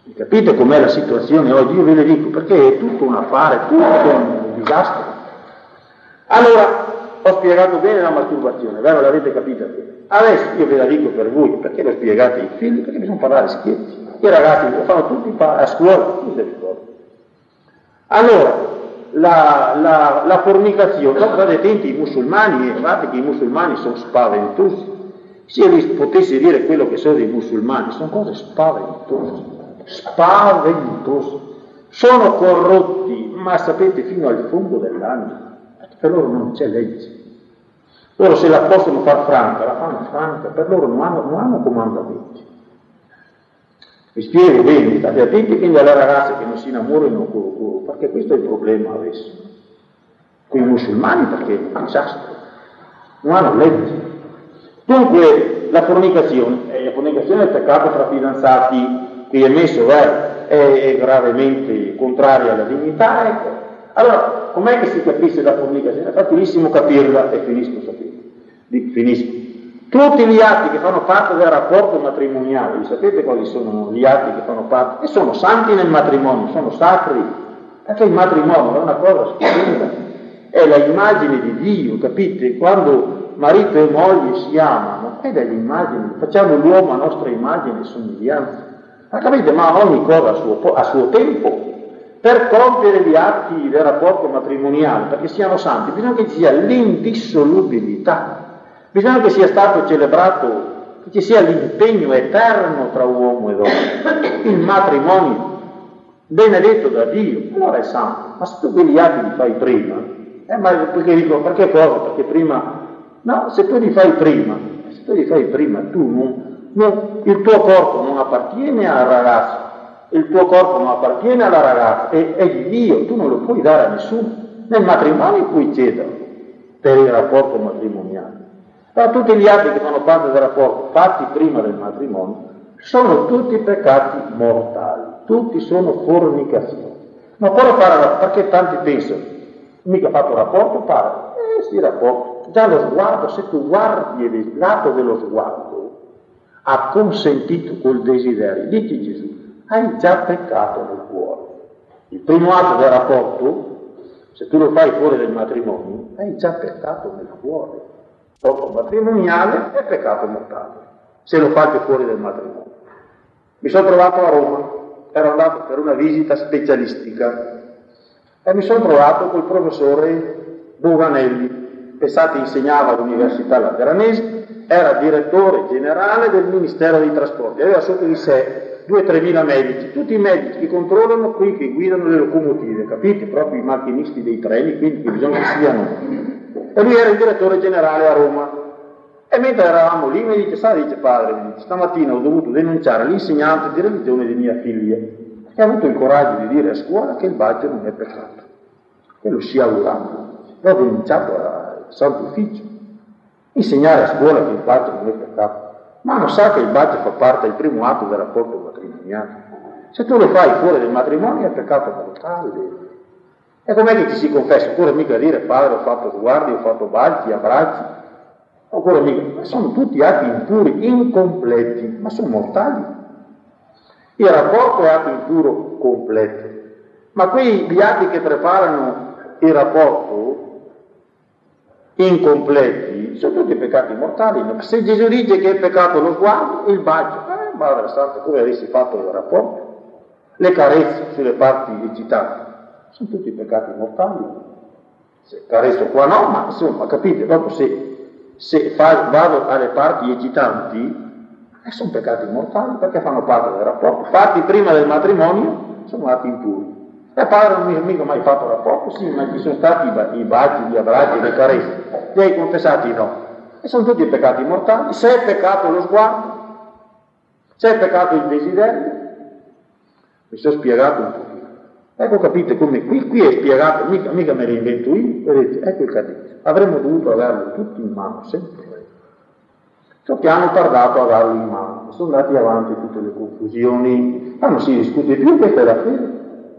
Capite com'è la situazione oggi? Io ve le dico perché è tutto un affare, tutto un disastro. Allora, ho spiegato bene la masturbazione, vero? L'avete capita bene. Adesso io ve la dico per voi, perché lo spiegate ai figli? Perché bisogna parlare schietti. I ragazzi lo fanno tutti a scuola, tutti li ricordo. Allora, la fornicazione, state attenti i musulmani, guardate che i musulmani sono spaventosi. Se io vi potessi dire quello che sono dei musulmani, sono cose spaventose. Sono corrotti, ma sapete, fino al fondo dell'anima, perché per loro non c'è legge. Loro se la possono far franca, la fanno franca, per loro non hanno comandamenti. Vi spiego bene, state attenti quindi alle ragazze che non si innamorano, perché questo è il problema adesso. Con i musulmani perché è un disastro, non hanno legge. Dunque la fornicazione è il peccato fra fidanzati, che è messo, è gravemente contrario alla dignità, ecco. Allora, com'è che si capisce la fornicazione? È facilissimo capirla e finisco. Tutti gli atti che fanno parte del rapporto matrimoniale, sapete quali sono gli atti che fanno parte? E sono santi nel matrimonio, sono sacri, perché il matrimonio è una cosa stupenda, è la immagine di Dio, capite? Quando marito e moglie si amano, è dell'immagine, facciamo l'uomo a nostra immagine e somiglianza. Ma capite? Ma ogni cosa a suo tempo. Per compiere gli atti del rapporto matrimoniale, perché siano santi, bisogna che ci sia l'indissolubilità, bisogna che sia stato celebrato, che ci sia l'impegno eterno tra uomo e donna, il matrimonio, benedetto da Dio, allora è santo. Ma se tu quegli atti li fai prima, ma perché dico, perché cosa? Perché prima, no, se tu li fai prima, il tuo corpo non appartiene al ragazzo, il tuo corpo non appartiene alla ragazza, è di Dio, tu non lo puoi dare a nessuno. Nel matrimonio puoi cedere per il rapporto matrimoniale. Ma tutti gli atti che fanno parte del rapporto, fatti prima del matrimonio, sono tutti peccati mortali, tutti sono fornicazioni. Ma poi perché tanti pensano, mica fatto rapporto, pare. Sì, rapporto. Già lo sguardo, se tu guardi il lato dello sguardo, ha consentito col desiderio, dici Gesù, hai già peccato nel cuore. Il primo atto del rapporto, se tu lo fai fuori del matrimonio, hai già peccato nel cuore. Dopo matrimoniale è peccato mortale, se lo fate fuori del matrimonio. Mi sono trovato a Roma, ero andato per una visita specialistica e mi sono trovato col professore Boganelli. Pensate, insegnava all'Università Lateranese, era direttore generale del Ministero dei Trasporti, aveva sotto di sé 2-3 mila medici, tutti i medici che controllano qui, che guidano le locomotive, capite? Proprio i macchinisti dei treni, quindi che bisogna che siano. E lui era il direttore generale a Roma. E mentre eravamo lì mi dice, padre, stamattina ho dovuto denunciare l'insegnante di religione di mia figlia, che ha avuto il coraggio di dire a scuola che il bacio non è peccato. E lo si augurava. L'ho denunciato al Santo Ufficio. Insegnare a scuola che il bacio non è peccato. Ma non sa che il bacio fa parte del primo atto del rapporto matrimoniale. Se tu lo fai fuori del matrimonio è peccato mortale. E com'è che ti si confessa? Oppure mica dire, padre, ho fatto sguardi, ho fatto baci, abbracci. Oppure mica, sono tutti atti impuri, incompleti, ma sono mortali. Il rapporto è atto impuro completo. Ma qui gli atti che preparano il rapporto incompleti sono tutti peccati mortali. Se Gesù dice che è peccato lo sguardo, il bacio, Madre Santa, come avessi fatto il rapporto, le carezze sulle parti eccitanti, sono tutti peccati mortali. Se carezzo qua no, ma insomma, capite, dopo vado alle parti eccitanti, sono peccati mortali perché fanno parte del rapporto. Fatti prima del matrimonio sono atti impuri. E padre non mi ha mica mai fatto rapporto, sì, ma ci sono stati i baci, gli abbracci, le carezze. Li hai confessati? No. E sono tutti peccati mortali. Se è peccato lo sguardo, se è peccato il desiderio, mi sono spiegato un pochino. Ecco, capite come qui è spiegato, mica me lo invento io, vedete, ecco il catechismo. Avremmo dovuto averlo tutti in mano, sempre. Ciò che hanno tardato a darlo in mano, sono andati avanti tutte le confusioni, ma non si discute più, questa è la fede.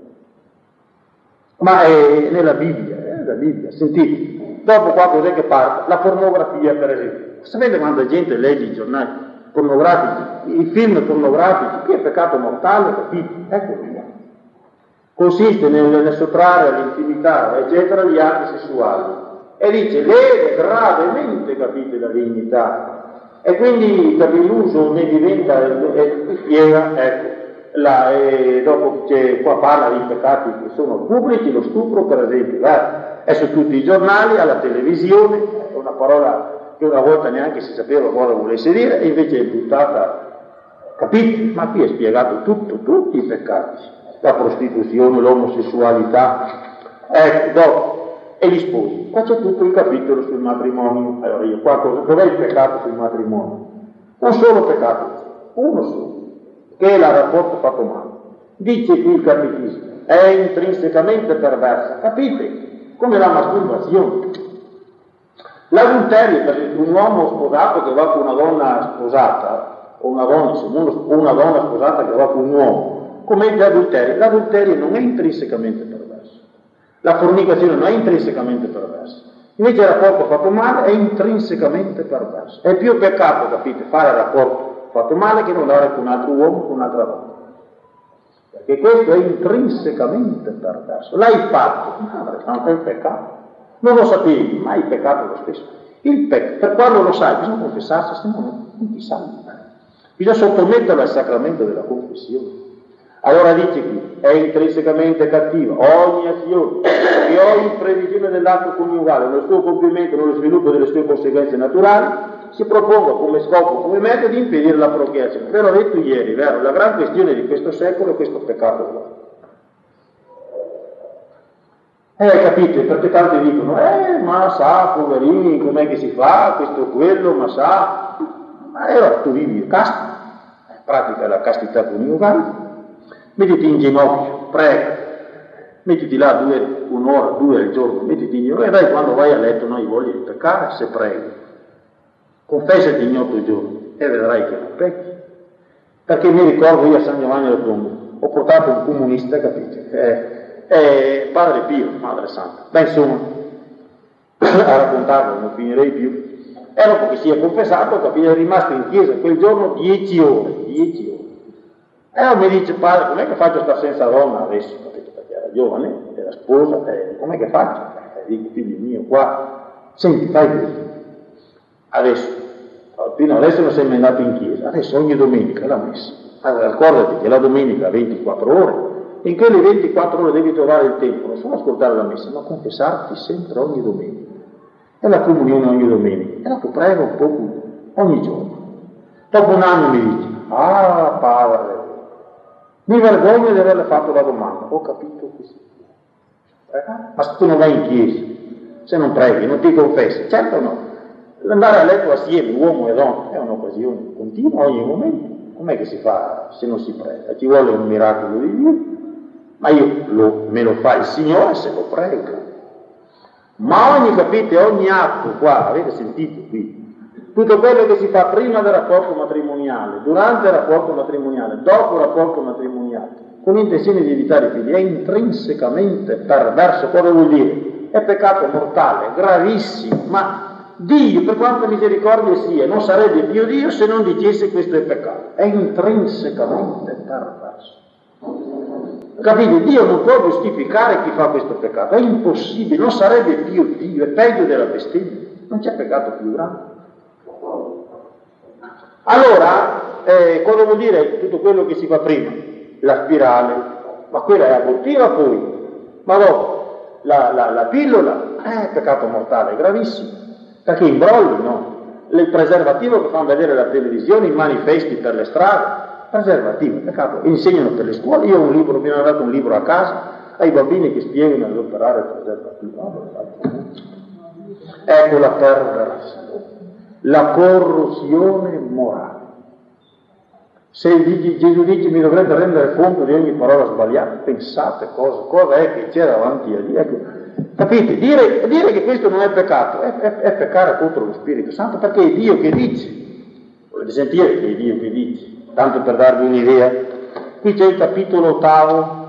Ma è nella Bibbia, sentite, dopo qua cos'è che parte? La pornografia, per esempio. Sapete quanta gente legge i giornali? pornografici, i film pornografici, qui è peccato mortale, capito? Eccolo qua. Consiste nel sottrarre all'intimità, eccetera, gli atti sessuali. E dice, lede gravemente, capite, la dignità. E quindi l'uso ne diventa, e spiega, ecco, dopo qua parla di peccati che sono pubblici, lo stupro per esempio, è su tutti i giornali, alla televisione, è una parola che una volta neanche si sapeva cosa volesse dire, e invece è buttata, capite? Ma qui è spiegato tutto, tutti i peccati, la prostituzione, l'omosessualità, ecco, dopo. E gli sposi. Qua c'è tutto il capitolo sul matrimonio. Allora io qua dov'è il peccato sul matrimonio? Un solo peccato, uno solo, che è il rapporto fatto male. Dice qui il catechismo, è intrinsecamente perversa, capite? Come la masturbazione. L'adulterio per un uomo sposato che va con una donna sposata, o una donna sposata che va con un uomo, commette adulterio. L'adulterio non è intrinsecamente perverso. La fornicazione non è intrinsecamente perversa. Invece il rapporto fatto male è intrinsecamente perverso. È più peccato, capite, fare il rapporto fatto male che non dare con un altro uomo, con un'altra donna. Perché questo è intrinsecamente perverso. L'hai fatto, ma è un peccato. Non lo sapevi, ma hai peccato lo stesso. Per quando lo sai, bisogna confessarsi, se no non ti salvi. Bisogna sottometterlo al sacramento della confessione. Allora dice qui, è intrinsecamente cattiva ogni azione che ogni previsione dell'atto coniugale, nel suo compimento, nello sviluppo delle sue conseguenze naturali, si proponga come scopo, come metodo di impedire la procreazione. Ve l'ho detto ieri, vero? La gran questione di questo secolo è questo peccato qua. Capite? Perché tanti dicono, ma sa, poverini, com'è che si fa, questo o quello, ma sa. Ma allora tu vivi casto, pratica la castità coniugale, mettiti in ginocchio, prega, mettiti là un'ora, due al giorno, mettiti in ginocchio, e dai, quando vai a letto non hai voglia di peccare, se preghi. Confessati in 8 giorni e vedrai che non pecchi. Perché mi ricordo io a San Giovanni del Tombo, ho portato un comunista, capite? Padre Pio, Madre Santa. Beh, insomma, a raccontarlo non finirei più. E dopo che si è confessato, capite, è rimasto in chiesa quel giorno 10 ore. E allora mi dice, padre, com'è che faccio a stare senza donna adesso? Capite? Perché era giovane, era sposa, com'è che faccio? Dico, figlio mio, qua, senti, fai così. Adesso, fino adesso non sei mai andato in chiesa, adesso ogni domenica la messa. Allora, ricordati che la domenica ha 24 ore, in quelle 24 ore devi trovare il tempo, non solo ascoltare la messa, ma confessarti sempre ogni domenica. E la comunione ogni domenica. E dopo prego un po' ogni giorno. Dopo un anno mi dice, padre, mi vergogno di averle fatto la domanda. Ho capito così. Ma se tu non vai in chiesa, se non preghi, non ti confessi, certo no. Andare a letto assieme, uomo e donna, è un'occasione continua ogni momento. Com'è che si fa se non si prega? Ci vuole un miracolo di Dio. Ma me lo fa il Signore se lo prego. Ma ogni atto qua, avete sentito qui, tutto quello che si fa prima del rapporto matrimoniale, durante il rapporto matrimoniale, dopo il rapporto matrimoniale, con l'intenzione di evitare i figli, è intrinsecamente perverso. Cosa vuol dire? È peccato mortale, gravissimo, ma Dio, per quanto misericordia sia, non sarebbe più Dio se non dicesse questo è peccato. È intrinsecamente perverso. Capite? Dio non può giustificare chi fa questo peccato, è impossibile, non sarebbe più Dio, è peggio della bestemmia, non c'è peccato più grande. Allora, cosa vuol dire tutto quello che si fa prima? La spirale, ma quella è abortiva poi, ma dopo la pillola è peccato mortale, è gravissimo, perché imbrogli, no? Il preservativo che fanno vedere la televisione, i manifesti per le strade, preservativo, peccato, insegnano per le scuole. Io ho un libro, mi hanno dato un libro a casa ai bambini che spiegano ad operare il preservativo. Ecco la perversione, la corruzione morale. Se Gesù dice mi dovrete rendere conto di ogni parola sbagliata, pensate cosa è che c'è davanti a Dio. Ecco, capite? Dire che questo non è peccato è peccare contro lo Spirito Santo, perché è Dio che dice. Volete sentire che è Dio che dice? Tanto per darvi un'idea, qui c'è il capitolo 8,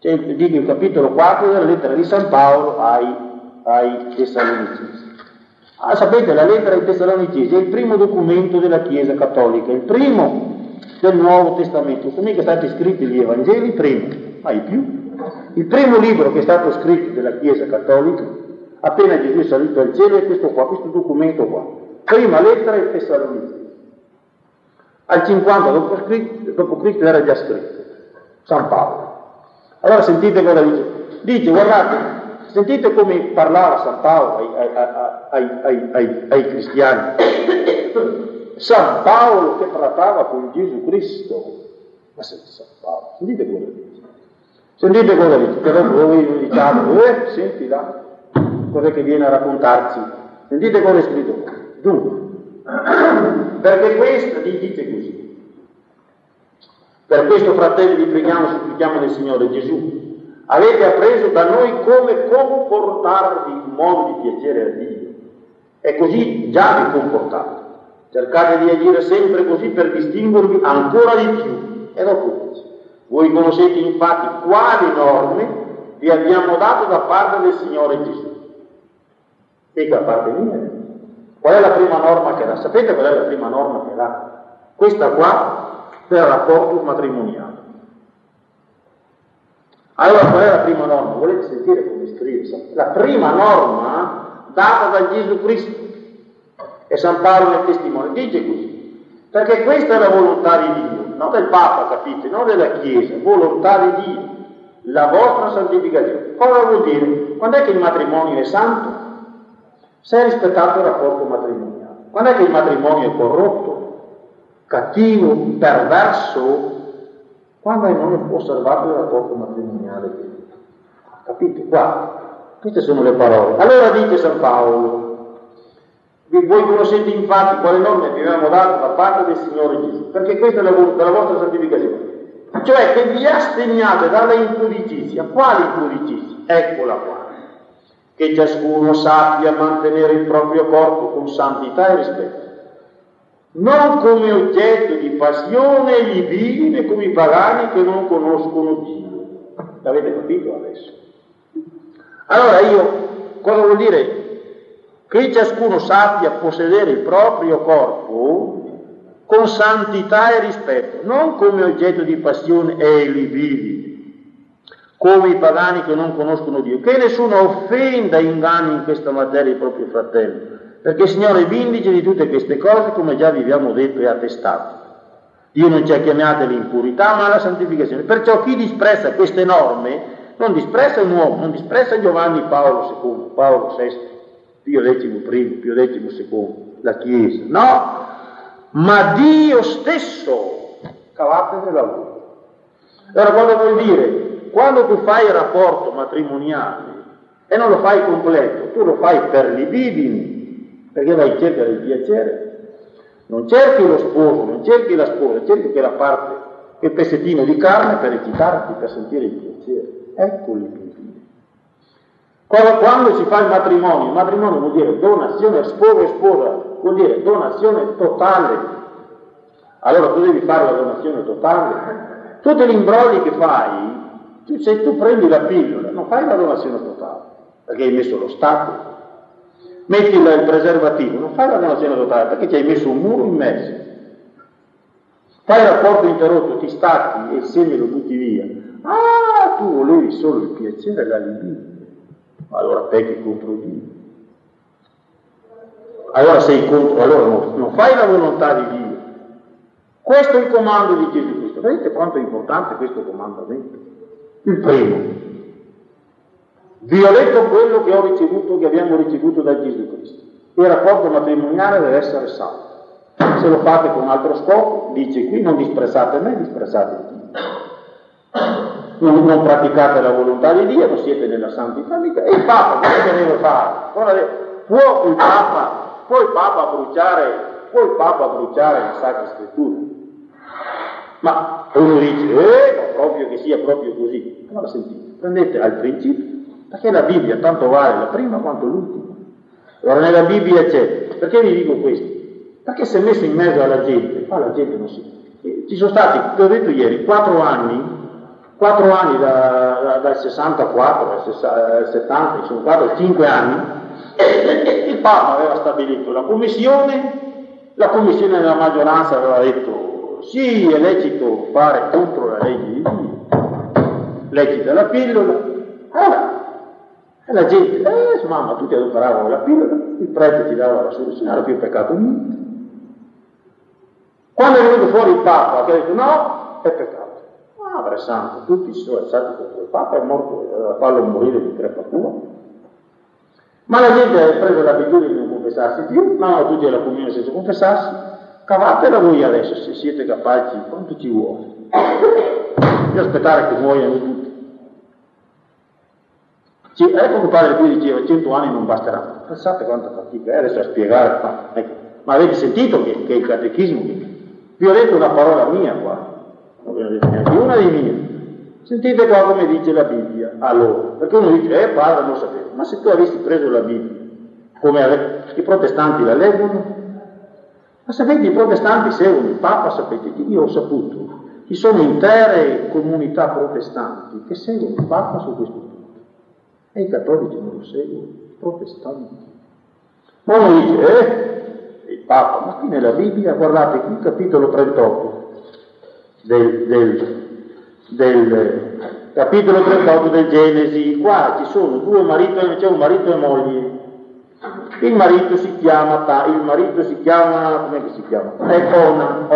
il capitolo 4 della lettera di San Paolo ai Tessalonicesi. Sapete, la lettera ai Tessalonicesi è il primo documento della Chiesa cattolica, il primo del Nuovo Testamento. Sono mica stati scritti gli Evangeli, primo, mai più. Il primo libro che è stato scritto della Chiesa cattolica, appena Gesù è salito al cielo, è questo qua, questo documento qua. Prima lettera ai Tessalonicesi. Al 50 dopo Cristo era già scritto. San Paolo. Allora sentite cosa dice. Dice, guardate, sentite come parlava San Paolo ai cristiani. San Paolo che trattava con Gesù Cristo. Ma sentite San Paolo, sentite cosa dice. Sentite cosa dice, che dopo voi diciate, senti là, cos'è che viene a raccontarci. Sentite cosa è scritto. Dunque, perché questo dice così. Per questo, fratelli, vi preghiamo, supplichiamo del Signore Gesù. Avete appreso da noi come comportarvi in modo di piacere a Dio. E così già vi comportate. Cercate di agire sempre così per distinguervi ancora di più. E dopo dice, voi conoscete infatti quali norme vi abbiamo dato da parte del Signore Gesù. E da parte mia. Qual è la prima norma che dà? Sapete qual è la prima norma che dà? Questa qua del rapporto matrimoniale. Allora qual è la prima norma? Volete sentire come scrive? La prima norma data da Gesù Cristo. E San Paolo nel testimone dice così. Perché questa è la volontà di Dio, non del Papa, capite? Non della Chiesa, volontà di Dio. La vostra santificazione. Cosa vuol dire? Quando è che il matrimonio è santo? Se è rispettato il rapporto matrimoniale. Quando è che il matrimonio è corrotto, cattivo, perverso? Quando non è osservato il rapporto matrimoniale. Capite? Qua. Queste sono le parole. Allora dice San Paolo, voi conoscete infatti quale norme vi abbiamo dato da parte del Signore Gesù, perché questa è la vostra santificazione. Cioè che vi asteniate dalla impudicizia. Quale impudicizia? Eccola qua. Che ciascuno sappia mantenere il proprio corpo con santità e rispetto, non come oggetto di passione e libidine come i pagani che non conoscono Dio. L'avete capito adesso? Allora cosa vuol dire? Che ciascuno sappia possedere il proprio corpo con santità e rispetto, non come oggetto di passione e libidine come i pagani che non conoscono Dio, che nessuno offenda e inganni in questa materia il proprio fratello, perché il Signore è vindice di tutte queste cose, come già vi abbiamo detto e attestato. Dio non ci ha chiamati all'impurità, ma alla santificazione. Perciò chi disprezza queste norme non disprezza un uomo, non disprezza Giovanni Paolo II, Paolo VI, Pio XI, Pio XII, la Chiesa, no, ma Dio stesso. Cavatene la voi. Allora cosa vuol dire? Quando tu fai il rapporto matrimoniale e non lo fai completo, tu lo fai per libidini, perché vai in cerca del piacere. Non cerchi lo sposo, non cerchi la sposa, cerchi quella parte, quel pezzettino di carne per eccitarti, per sentire il piacere. Ecco il libidini. Quando si fa il matrimonio vuol dire donazione, sposo e sposa, vuol dire donazione totale. Allora tu devi fare la donazione totale. Tutti gli imbrogli che fai, se tu prendi la pillola, non fai la donazione totale, perché hai messo lo Stato. Metti il preservativo, non fai la donazione totale, perché ci hai messo un muro in mezzo. Fai il rapporto interrotto, ti stacchi e il seme lo butti via. Ah, tu volevi solo il piacere e la libidine. Allora pecchi contro Dio. Allora sei contro, allora non fai la volontà di Dio. Questo è il comando di Gesù Cristo. Vedete quanto è importante questo comandamento? Il primo, vi ho detto quello che ho ricevuto, che abbiamo ricevuto da Gesù Cristo. Il rapporto matrimoniale deve essere santo. Se lo fate con altro scopo, dice qui, non disprezzate me, disprezzate Dio. Non praticate la volontà di Dio, non siete nella santità. E il Papa cosa deve fare? Può il Papa bruciare la Sacra Scrittura? Ma uno dice, ma proprio che sia proprio così. Allora sentite, prendete al principio, perché la Bibbia tanto vale la prima quanto l'ultima. Allora nella Bibbia c'è, perché vi dico questo? Perché si è messo in mezzo alla gente, la gente non si... Ci sono stati, vi ho detto ieri, 4 anni dal 64 al 70, ci sono 5 anni, Il Papa aveva stabilito la commissione della maggioranza aveva detto sì, è lecito fare contro la legge di Dio, legge della pillola. Allora, e la gente, mamma, tutti adoperavano la pillola, il prete ti dava la soluzione, non era più peccato niente. Quando è venuto fuori il Papa che ha detto no, è peccato. Padre Santo, tutti si sono alzati contro il Papa, è morto, a farlo morire di crepatura. Ma la gente ha preso l'abitudine di non confessarsi più, no, tutti alla comunione senza confessarsi. Cavatela voi adesso, se siete capaci, quanto ci vuole? Di aspettare che muoiano tutti. Ecco che Padre Pio diceva, 100 anni non basteranno. Pensate quanta fatica è adesso a spiegare. Ma avete sentito che il catechismo, vi ho detto una parola mia qua, non ve ne ho detto neanche una di mia. Sentite qua come dice la Bibbia, allora, perché uno dice, padre non lo sapevo, ma se tu avessi preso la Bibbia, come i protestanti la leggono, ma sapete, i protestanti seguono il Papa, sapete, io ho saputo, ci sono intere comunità protestanti che seguono il Papa su questo punto, e i cattolici non lo seguono, i protestanti. Ma uno dice, il Papa, ma qui nella Bibbia, guardate, qui capitolo 38, del capitolo 38 del Genesi, qua ci sono due mariti, c'è un marito e moglie. Il marito si chiama, come si chiama? È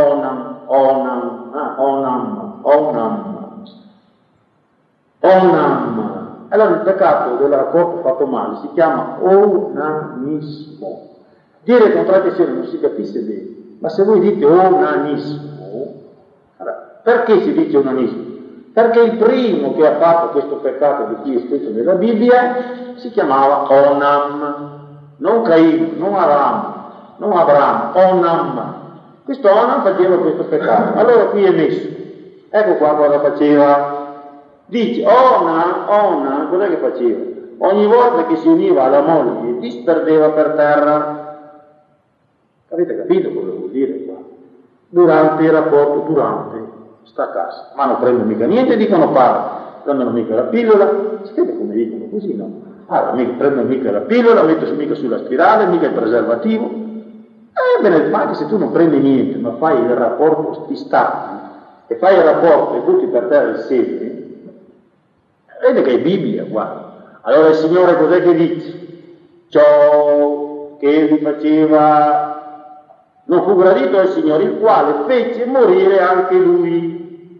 Onam. Allora il peccato del rapporto fatto male si chiama onanismo. Dire contraddizione non si capisce bene, ma se voi dite onanismo, allora, perché si dice onanismo? Perché il primo che ha fatto questo peccato di cui è scritto nella Bibbia si chiamava Onam, non Caino, non Abramo, Onam. Questo Onam faceva questo peccato. Allora qui è messo. Ecco qua cosa faceva. Dice Onam, cos'è che faceva? Ogni volta che si univa alla moglie disperdeva per terra. Avete capito cosa vuol dire qua? Durante il rapporto, durante sta a casa, ma non prendono mica niente, dicono prendono mica la pillola, sapete come dicono così, no? Prendono mica la pillola, mettono mica sulla spirale, mica il preservativo. Bene, ma anche se tu non prendi niente, ma fai il rapporto, ti stacchi, e fai il rapporto e butti per terra il seme, vede che è Bibbia qua. Allora il Signore cos'è che dice? Ciò che egli faceva non fu gradito al Signore, il quale fece morire anche lui.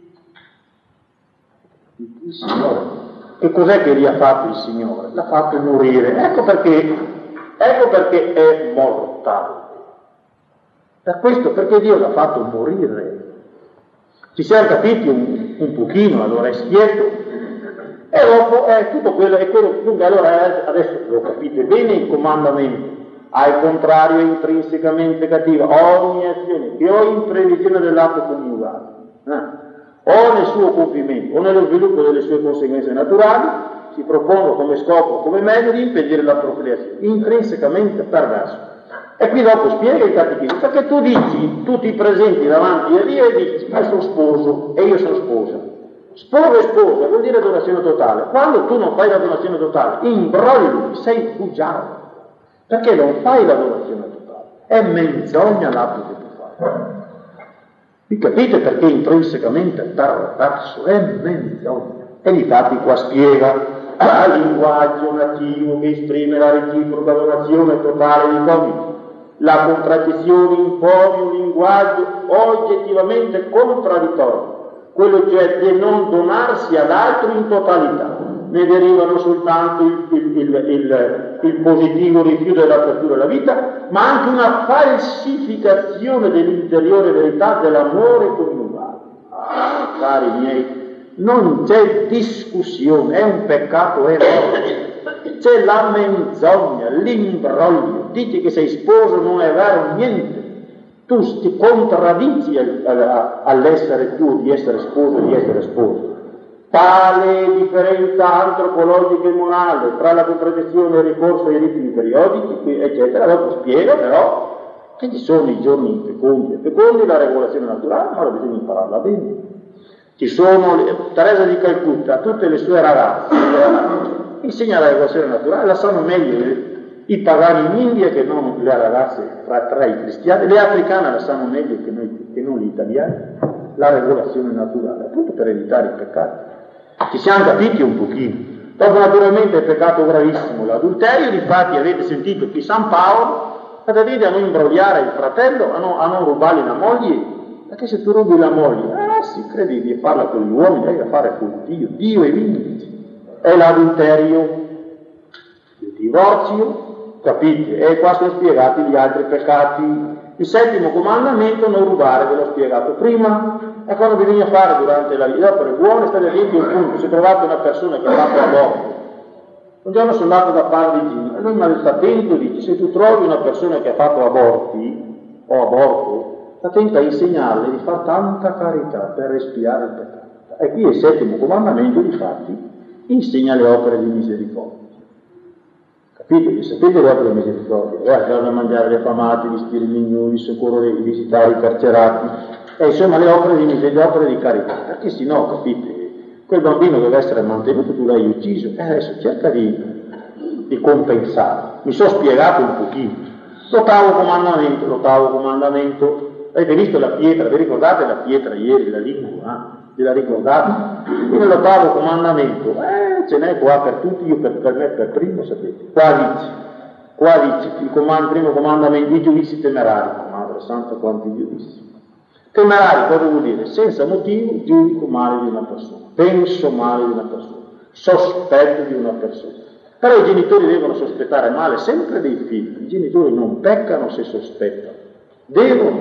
Il Signore. Che cos'è che gli ha fatto il Signore? L'ha fatto morire. Ecco perché è mortale. Per questo, perché Dio l'ha fatto morire. Ci siamo capiti un pochino, allora è spieto. E dopo è tutto quello, dunque allora adesso lo capite bene il comandamento. Al contrario è intrinsecamente cattiva ogni azione che o in previsione dell'atto coniugale, o nel suo compimento, o nello sviluppo delle sue conseguenze naturali, si propongono come scopo, come mezzo di impedire la procreazione, intrinsecamente perverso. E qui dopo spiega il catechismo, perché tu dici, tu ti presenti davanti a Dio e dici, ma sono sposo e io sono sposa. Sposo e sposa vuol dire donazione totale. Quando tu non fai la donazione totale, imbrogli, sei bugiardo. Perché non fai la donazione totale? È menzogna l'atto che tu fai. Vi capite perché intrinsecamente perverso? È menzogna. E difatti qua spiega il linguaggio nativo che esprime la reciproca donazione totale di coniti. La contraddizione impone un linguaggio oggettivamente contraddittorio, quello cioè di non donarsi all'altro in totalità. Ne derivano soltanto il positivo rifiuto dell'apertura alla vita, ma anche una falsificazione dell'interiore verità dell'amore coniugale. Cari miei, non c'è discussione, è un peccato enorme. C'è la menzogna, l'imbroglio. Dici che sei sposo, non è vero niente. Tu ti contraddici all'essere tuo di essere sposo, di essere sposo. Tale differenza antropologica e morale tra la contraddizione e il ricorso ai ritmi periodici, eccetera, dopo spiega però che ci sono i giorni fecondi, la regolazione naturale, ma bisogna impararla bene. Ci sono, Teresa di Calcutta, tutte le sue ragazze insegna la regolazione naturale, la sanno meglio i pagani in India che non le ragazze tra i cristiani, le africane la sanno meglio che non gli italiani, la regolazione naturale, appunto per evitare i peccati. Ci siamo capiti un pochino. Dopo naturalmente il peccato gravissimo, l'adulterio, difatti avete sentito qui San Paolo, vede a non imbrogliare il fratello, a non rubargli la moglie, perché se tu rubi la moglie, sì, credi di farla con gli uomini, devi fare con Dio e vinci. È l'adulterio, il divorzio, capite? E qua sono spiegati gli altri peccati. Il settimo comandamento, non rubare, ve l'ho spiegato prima, e cosa bisogna fare durante la vita. Le opere buone, state attenti un punto, se trovate una persona che ha fatto aborto, un giorno sono andato da padre di Gino, e lui mi ha detto attento, dice, se tu trovi una persona che ha fatto aborti, o aborto, attento a insegnarle di fare tanta carità per espiare il peccato. E qui il settimo comandamento, difatti, insegna le opere di misericordia. Capite? Sapete le opere di misericordia? Dare da mangiare le affamati, vestire i mignoni, soccorrere, visitare i carcerati, e insomma le opere di misericordia, le opere di carità, perché se no, capite, quel bambino deve essere mantenuto, tu l'hai ucciso, e adesso cerca di compensare. Mi sono spiegato un pochino. L'ottavo comandamento, avete visto la pietra, vi ricordate la pietra ieri, la lingua? Ve la ricordate? E nell'ottavo comandamento, ce n'è qua per tutti, io per me per primo, sapete. Qua dice il primo comandamento, i giudizi temerari, Madre Santa, quanti giudizi. Temerari cosa vuol dire? Senza motivo giudico male di una persona, penso male di una persona, sospetto di una persona. Però i genitori devono sospettare male sempre dei figli, i genitori non peccano se sospettano, devono,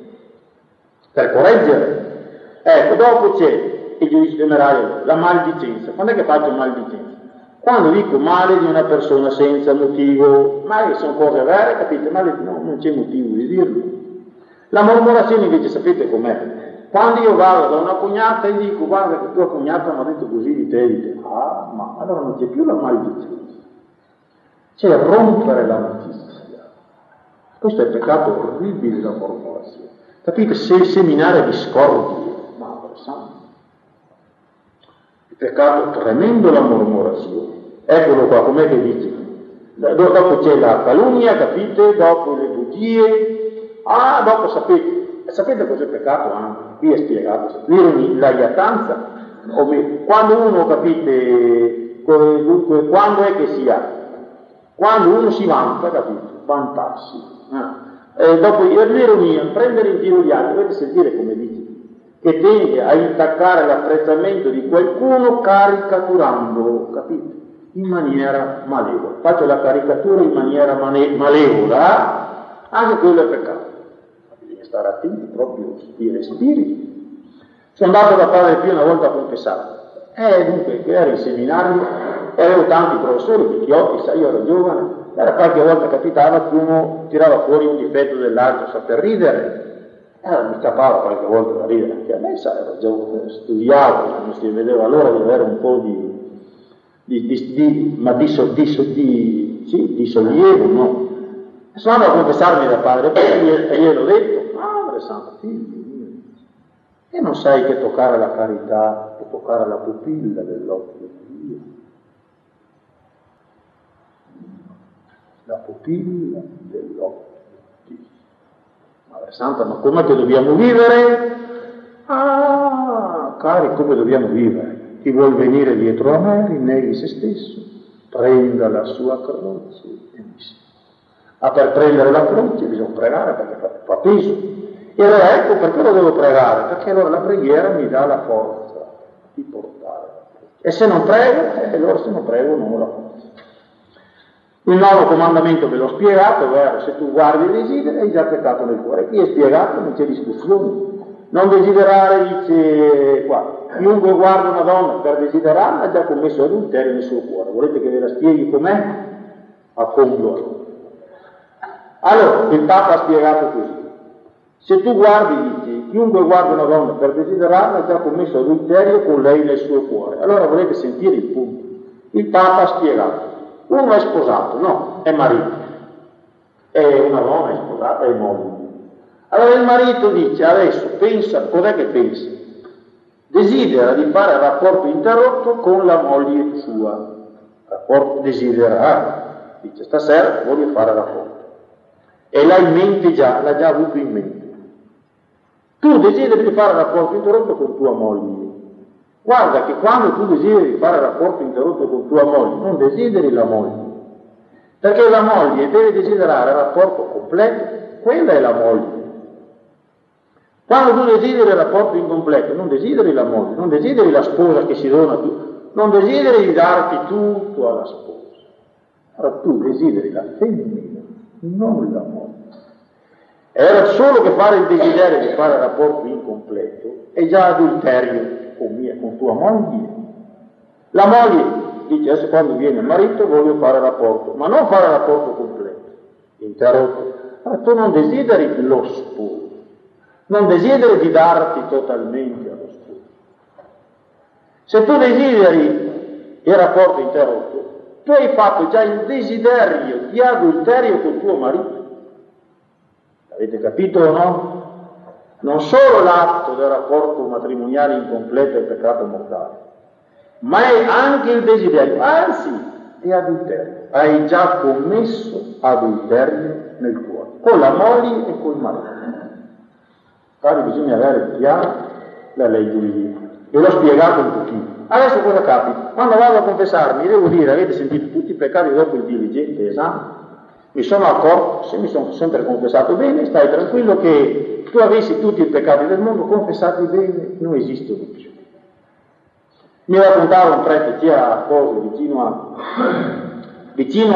per correggere. Ecco, dopo c'è il giudizio temerario, la maldicenza. Quando è che faccio maldicenza? Quando dico male di una persona senza motivo, magari sono cose vere, capite? Ma non c'è motivo di dirlo. La mormorazione invece sapete com'è? Quando io vado da una cognata e dico guarda che tua cognata mi ha detto così di te, dite, ma allora non c'è più la maldicenza, c'è rompere la notizia. Questo è il peccato orribile della mormorazione. Capite? Se seminare discordia, Madre Santa, il peccato tremendo la mormorazione. Eccolo qua, com'è che dice? Dopo c'è la calunnia, capite? Dopo le bugie. Dopo sapete cos'è il peccato anche? Qui è spiegato, la iatanza, quando uno, capite, dunque, quando è che si ha? Quando uno si vanta, capite? Vantarsi. Dopo l'ironia, prendere in giro gli altri, dovete sentire come dice, che tende a intaccare l'apprezzamento di qualcuno caricaturando, capite? In maniera malevola. Faccio la caricatura in maniera malevola, anche quello è peccato. Bisogna stare attenti proprio spiriti. Sono andato da Padre Pio una volta a confessare. Dunque, che era in seminario, e avevo tanti professori, vecchiotti, sai, io ero giovane, era qualche volta capitava che uno tirava fuori un difetto dell'altro, per ridere. Mi scappava qualche volta da ridere, anche a me, sai, ero giovane, studiavo, non si vedeva l'ora di avere un po' di sollievo, no? Sono andato a confessarmi da Padre Pio e gliel'ho detto, Madre Santa, figlio mio, e non sai che toccare la carità e toccare la pupilla dell'occhio di Dio. La pupilla dell'occhio di Dio. Madre Santa, ma come che dobbiamo vivere? Cari, come dobbiamo vivere? Chi vuol venire dietro a me, rinneghi se stesso, prenda la sua croce e mi segua. Per prendere la croce bisogna pregare perché fa peso. E allora ecco perché lo devo pregare, perché allora la preghiera mi dà la forza di portare la croce. E se non prego, allora se non prego non ho la forza. Il nuovo comandamento ve l'ho spiegato, ovvero se tu guardi e desideri hai già peccato nel cuore. Qui è spiegato, non c'è discussione. Non desiderare, dice qua, chiunque guarda una donna per desiderarla ha già commesso adulterio nel suo cuore. Volete che ve la spieghi com'è? A fondo. Allora, il Papa ha spiegato così. Se tu guardi, dici, chiunque guarda una donna per desiderarla ha già commesso adulterio con lei nel suo cuore. Allora volete sentire il punto. Il Papa ha spiegato. Uno è sposato, no, è marito. E una donna è sposata, è moglie. Allora il marito dice, adesso pensa, cos'è che pensa? Desidera di fare rapporto interrotto con la moglie sua. Rapporto desiderato. dice stasera voglio fare rapporto, e l'ha in mente già, l'ha già avuto in mente. Tu desideri di fare rapporto interrotto con tua moglie. Guarda che quando tu desideri di fare rapporto interrotto con tua moglie, non desideri la moglie, perché la moglie deve desiderare rapporto completo, quella è la moglie. Quando tu desideri il rapporto incompleto, non desideri la moglie, non desideri la sposa che si dona tu, non desideri di darti tutto alla sposa. Allora tu desideri la femmina, non la moglie. Era solo che fare il desiderio di fare il rapporto incompleto è già adulterio con tua moglie. La moglie dice adesso quando viene il marito voglio fare il rapporto, ma non fare il rapporto completo, interrotto. Allora tu non desideri lo sposo, non desideri di darti totalmente allo sposo. Se tu desideri il rapporto interrotto, tu hai fatto già il desiderio di adulterio con tuo marito. Avete capito o no? Non solo l'atto del rapporto matrimoniale incompleto è peccato mortale, ma è anche il desiderio, anzi è adulterio. Hai già commesso adulterio nel cuore, con la moglie e col marito. Quindi bisogna avere chiaro la legge di Dio. Ve l'ho spiegato un pochino. Adesso cosa capita? Quando vado a confessarmi, devo dire, avete sentito tutti i peccati dopo il diligente esame? Mi sono accorto, se mi sono sempre confessato bene, stai tranquillo che tu avessi tutti i peccati del mondo confessati bene, non esistono più. Mi raccontava un prete che a cosa, vicino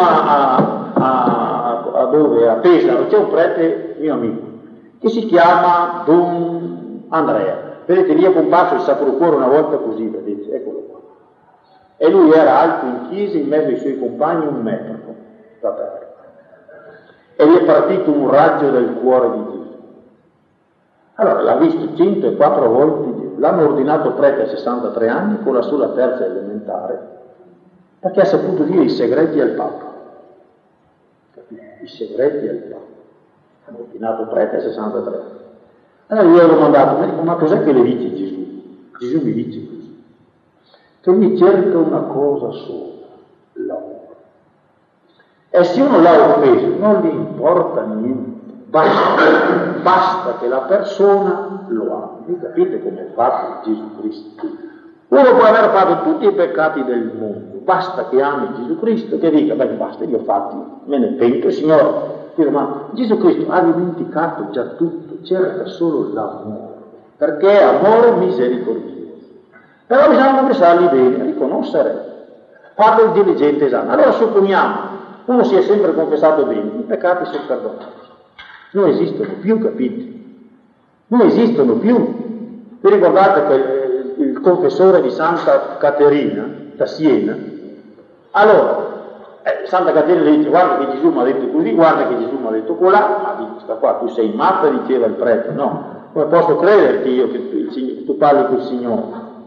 a dove? A Pesaro, c'è un prete mio amico, che si chiama Don Andrea. Vedete, lì è comparso il Sacro Cuore una volta così, vedete, eccolo qua. E lui era alto in chiesa, in mezzo ai suoi compagni, 1 metro da terra. E gli è partito un raggio del cuore di Gesù. Allora l'ha visto 104 volte Gesù. L'hanno ordinato prete a 63 anni con la sola terza elementare, perché ha saputo dire i segreti al Papa. Capito? I segreti al Papa. Hanno ordinato prete a 63 anni. Allora io gli ho domandato, ma cos'è che le dice Gesù? Gesù mi dice così, che mi cerca una cosa sola, l'amore. E se uno l'ha offeso, non gli importa niente, basta che la persona lo ami. Capite come è fatto Gesù Cristo? Uno può aver fatto tutti i peccati del mondo, basta che ami Gesù Cristo, che dica, beh basta, li ho fatti, me ne pento, Signore. Ma Gesù Cristo ha dimenticato già tutto, cerca solo l'amore, perché è amore misericordioso. Però bisogna confessarli bene, riconoscere, fate il diligente esame. Allora supponiamo, uno si è sempre confessato bene, i peccati sono perdonati. Non esistono più, capite? Non esistono più. Vi ricordate che il confessore di Santa Caterina, da Siena? Allora, Santa Caterina dice, guarda che Gesù mi ha detto così, guarda che Gesù mi ha detto colà, ma dice, qua tu sei matta, diceva il prete, no, come posso crederti io che tu parli col Signore?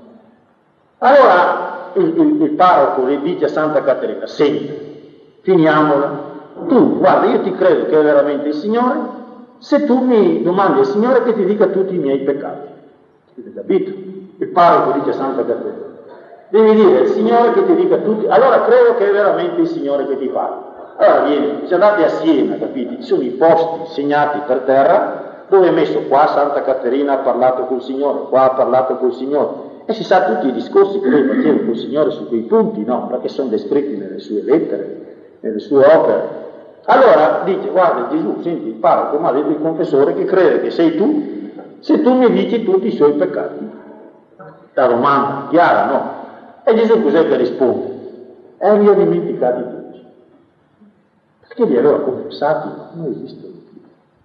Allora il parroco le dice a Santa Caterina, senti, finiamola, tu guarda, io ti credo che è veramente il Signore, se tu mi domandi al Signore che ti dica tutti i miei peccati. Avete capito? Il parroco dice a Santa Caterina, devi dire al Signore che ti dica tutti, allora credo che è veramente il Signore che ti parla. Allora vieni, se andate a Siena, capite, ci sono i posti segnati per terra dove è messo qua Santa Caterina ha parlato col Signore, qua ha parlato col Signore, e si sa tutti i discorsi che lui faceva col Signore su quei punti, no? Perché sono descritti nelle sue lettere, nelle sue opere. Allora dice, guarda Gesù, senti, il parroco mi ha detto il confessore che crede che sei tu, se tu mi dici tutti i suoi peccati. La domanda chiara, no? E Gesù cos'è che risponde? Li ho dimenticati tutti. Perché li aveva confessati, non esistono più.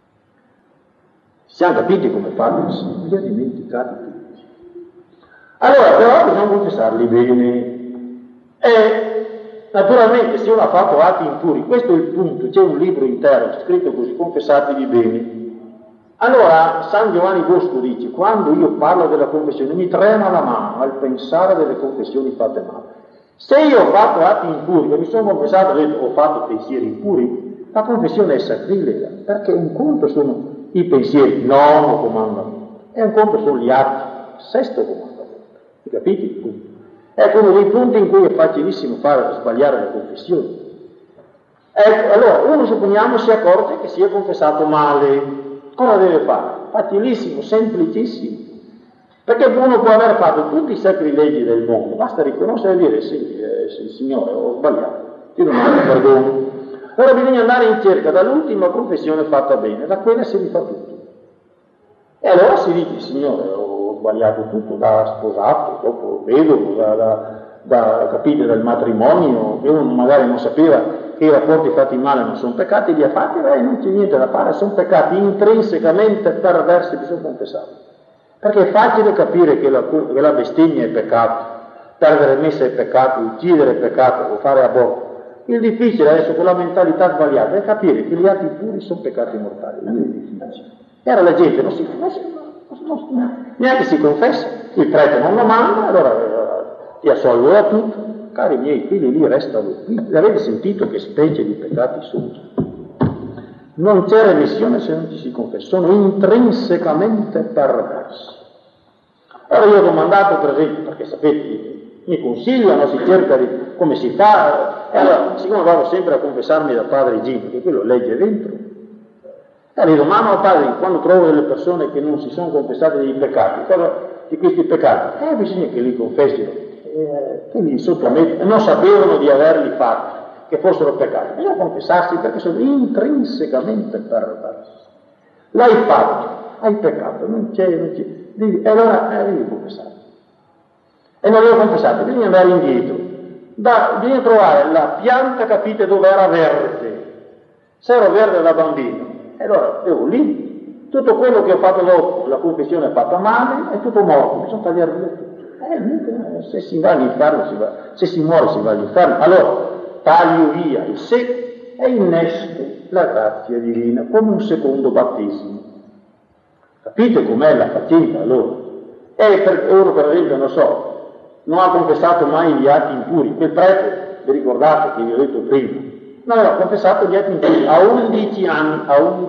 Siamo capiti come fanno il Signore, li ha dimenticati tutti. Allora però bisogna confessarli bene. E naturalmente se uno ha fatto atti impuri, questo è il punto, c'è un libro intero scritto così, confessatevi bene. Allora San Giovanni Bosco dice, quando io parlo della confessione mi trema la mano al pensare delle confessioni fatte male. Se io ho fatto atti impuri, che mi sono confessato, ho fatto pensieri impuri, la confessione è sacrilega, perché un conto sono i pensieri, nono comandamento, e un conto sono gli atti, sesto comandamento. Capite il punto? Ecco uno dei punti in cui è facilissimo fare sbagliare la confessione. Ecco, allora uno supponiamo si accorge che si è confessato male, cosa deve fare? Facilissimo, semplicissimo, perché uno può aver fatto tutti i sacrilegi del mondo, basta riconoscere e dire sì, Signore, ho sbagliato, ti domando perdono. Ora bisogna andare in cerca dall'ultima confessione fatta bene, da quella si rifà tutto. E allora si dice, Signore, ho sbagliato tutto, da sposato, dopo vedovo, da capite del matrimonio, che uno magari non sapeva che i rapporti fatti male non sono peccati, li ha fatti, non c'è niente da fare, sono peccati intrinsecamente perversi, bisogna confessarli. Perché è facile capire che la bestemmia è peccato, perdere messa è peccato, uccidere è peccato, o fare aborto. Il difficile adesso con la mentalità sbagliata è capire che gli atti puri sono peccati mortali, non è difficile. E allora la gente neanche si confessa, il prete non lo manda, allora ti assolvo da tutto. Cari miei figli, lì restano qui. L'avete sentito che specie di peccati sono? Non c'è remissione se non ci si confessa, sono intrinsecamente perversi. Allora io ho domandato, per esempio, perché sapete, mi consigliano, si cerca di come si fa, e allora, siccome vado sempre a confessarmi da padre Gino, perché quello legge dentro, e gli domando al padre, quando trovo delle persone che non si sono confessate dei peccati, di questi peccati, bisogna che li confessino, che li sottomettono, non sapevano di averli fatti, che fossero peccati, bisogna confessarsi perché sono intrinsecamente perversi. L'hai fatto, hai peccato, non c'è, e allora devi confessare. E non li ho confessati, bisogna andare indietro, bisogna trovare la pianta, capite, dove era verde. Se ero verde da bambino, allora devo lì, tutto quello che ho fatto dopo, la confessione è fatta male, è tutto morto, bisogna tagliare via tutto. Se si va all'inferno, si va, se si muore si va all'inferno, allora taglio via il sé e innesto la grazia divina come un secondo battesimo. Capite com'è la faccenda allora? E ora per esempio, non so, non ha confessato mai gli atti impuri, quel prete, vi ricordate che vi ho detto prima, non aveva confessato gli atti impuri a 11 anni,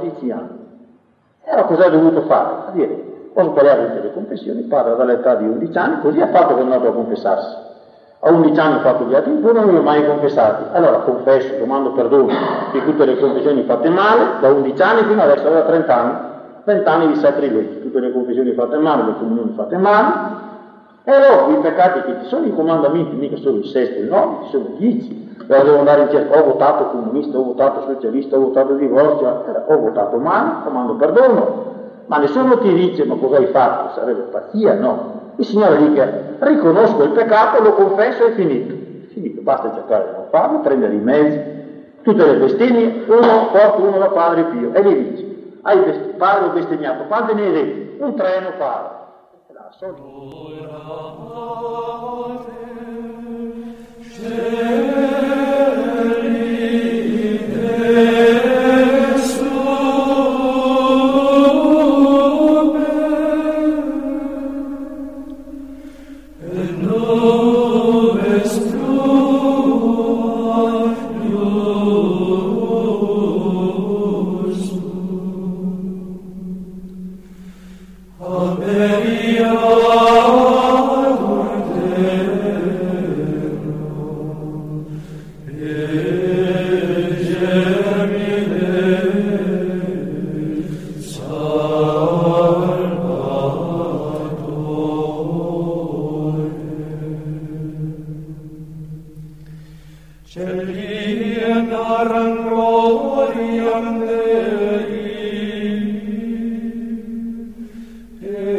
E allora cosa ha dovuto fare? A dire, ho sbagliato tutte le confessioni, parla dall'età di 11 anni, così ha fatto che è andato a confessarsi. A 11 anni ho fatto gli atti impuri, non li ho mai confessati. Allora confesso, domando perdono di tutte le confessioni fatte male, da 11 anni fino adesso, aveva 30 anni, 30 anni di sacrilegi, tutte le confessioni fatte male, le comunioni fatte male, e allora i peccati che ci sono, i comandamenti, mica solo il sesto e il nono, ci sono 10. Allora devo andare in cerca, ho votato comunista, ho votato socialista, ho votato divorzio, ho votato male, domando perdono. Ma nessuno ti dice, ma cosa hai fatto? Sarebbe pazzia? No. Il Signore dice, riconosco il peccato, lo confesso e è finito. Finito, basta cercare di non farlo, prendere i mezzi, tutte le bestemmie, uno porta uno da Padre Pio, e gli dice, padre ho bestemmiato, quante ne hai detto? Un treno padre. La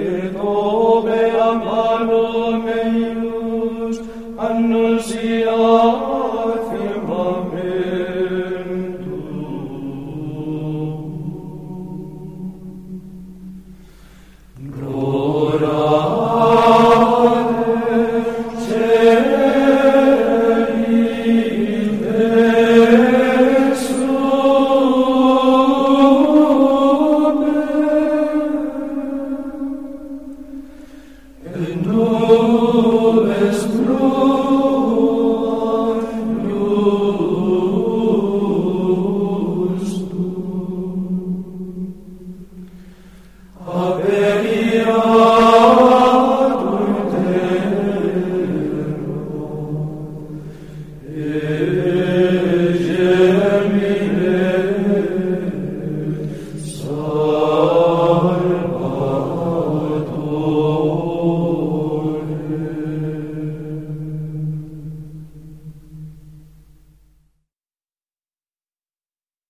Annunziare